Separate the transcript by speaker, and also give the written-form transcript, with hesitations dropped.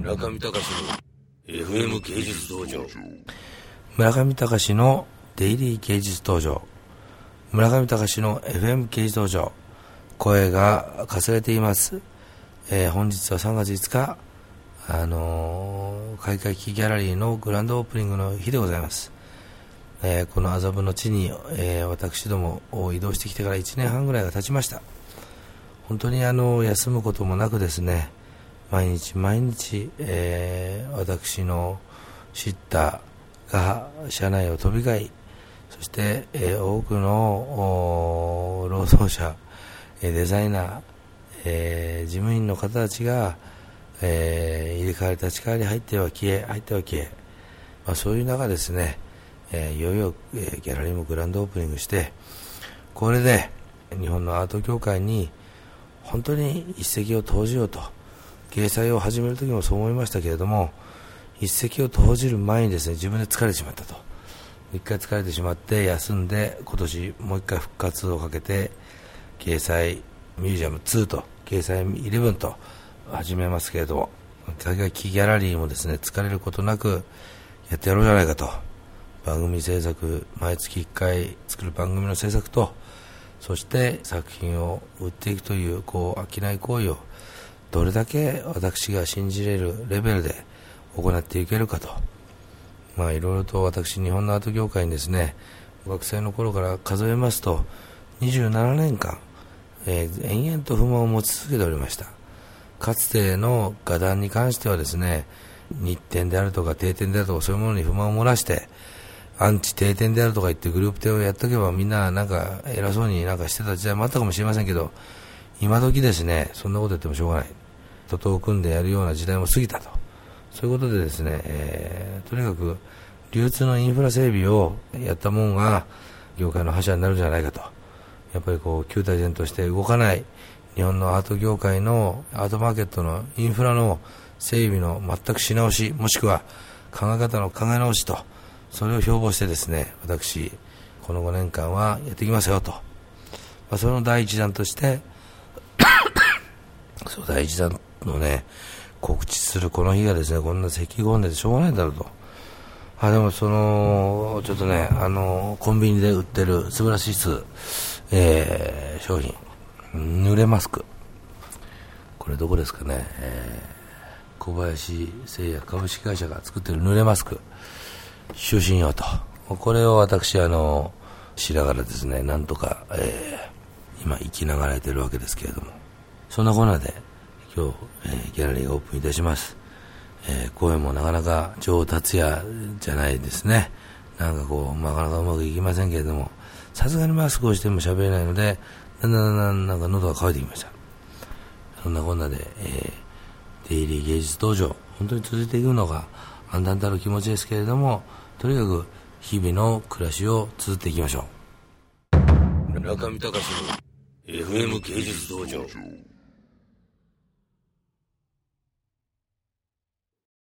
Speaker 1: 村上隆の FM 芸術道場。
Speaker 2: 村上隆のデイリー芸術道場。村上隆の FM 芸術道場。声がかすれています。本日は3月5日、開会期ギャラリーのグランドオープニングの日でございます。この麻布の地に、私どもを移動してきてから1年半ぐらいが経ちました。本当に休むこともなくですね、毎日、私のシッターが車内を飛び交い、そして、多くの労働者、デザイナー、事務員の方たちが、入れ替わり立ち替わり入っては消え、そういう中ですね、いよいよ、ギャラリーもグランドオープニングして、これで日本のアート業界に本当に一石を投じようと、掲載を始める時もそう思いましたけれども、一石を投じる前にですね、自分で疲れてしまったと。一回疲れてしまって休んで、今年もう一回復活をかけて、掲載ミュージアム2と掲載11と始めますけれども、海外ギャラリーもですね、疲れることなくやってやろうじゃないかと。番組制作、毎月1回作る番組の制作と、そして作品を売っていくという、商い行為をどれだけ私が信じれるレベルで行っていけるかと。いろいろと私、日本のアート業界にですね、学生の頃から数えますと27年間、延々と不満を持ち続けておりました。かつての画壇に関してはですね、日展であるとか定点であるとか、そういうものに不満を漏らして、アンチ定点であるとか言ってグループ展をやっとけばみんななんか偉そうになんかしてた時代もあったかもしれませんけど、今時ですね、そんなことやってもしょうがない。徒党を組んでやるような時代も過ぎたと。そういうことでですね、とにかく流通のインフラ整備をやったもんが業界の覇者になるんじゃないかと。やっぱり旧体然として動かない日本のアート業界のアートマーケットのインフラの整備の全くし直し、もしくは考え方の考え直しと、それを標榜してですね、私この5年間はやっていきますよと。その第一弾としてそう第一弾のね、告知するこの日がですね、こんな咳込んでてしょうがないんだろうと。でもちょっとね、コンビニで売ってる素晴らしい商品、濡れマスク。これどこですかね、小林製薬株式会社が作ってる濡れマスク、就寝用と。これを私、しながらですね、なんとか、今生きながらえてるわけですけれども、そんなこんなで今日、ギャラリーがオープンいたします。声もなかなか上達也じゃないですね。なかなかうまくいきませんけれども、さすがにマスクをしても喋れないので、なんか喉が渇いてきました。そんなこんなで、デイリー芸術道場、本当に続いていくのが暗淡たる気持ちですけれども、とにかく日々の暮らしを綴っていきましょう。
Speaker 1: 村上隆の FM 芸術道場。